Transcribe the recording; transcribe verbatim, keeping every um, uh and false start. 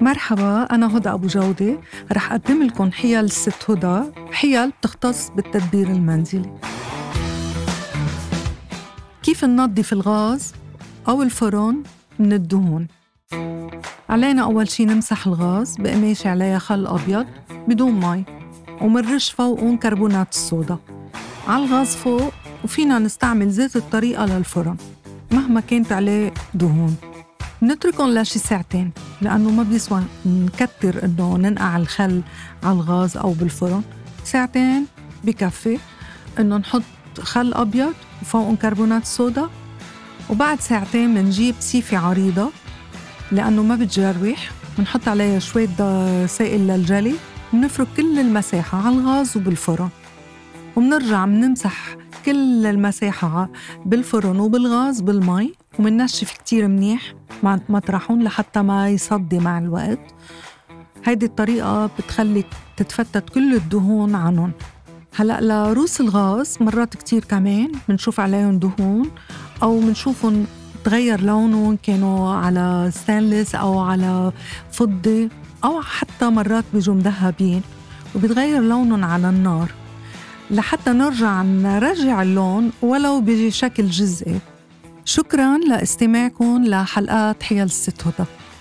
مرحبا، أنا هدى أبو جودة. رح أقدم لكم حيل الست هدى، حيل بتختص بالتدبير المنزلي. كيف ننظف الغاز أو الفرن من الدهون؟ علينا أول شي نمسح الغاز بقماشة عليها خل أبيض بدون مي، ومنرش فوقهم كربونات الصودا على الغاز فوق، وفينا نستعمل زيت الطريقة للفرن مهما كانت عليه دهون. نتركهم لشي ساعتين، لأنه ما بيسوى نكتر إنه ننقع الخل على الغاز أو بالفرن. ساعتين بكفي إنه نحط خل أبيض وفوقهم كربونات صودا، وبعد ساعتين منجيب سيفة عريضة لأنه ما بتجروح، ونحط عليها شوية سائل للجلي، ونفرك كل المساحة على الغاز وبالفرن، ومنرجع منمسح كل المساحة بالفرن وبالغاز بالمي، ومننشف كتير منيح مع مطرحون لحتى ما يصدي مع الوقت. هيدي الطريقة بتخلي تتفتت كل الدهون عنهم. هلأ لروس الغاز مرات كتير كمان منشوف عليهم دهون، أو منشوفهم تغير لونهم، كانوا على ستانلس أو على فضة، أو حتى مرات بيجوا مذهبين وبيتغير لونهم على النار. لحتى نرجع نرجع اللون ولو بشكل جزئي. شكراً لاستماعكم لحلقات حيل الست هدى.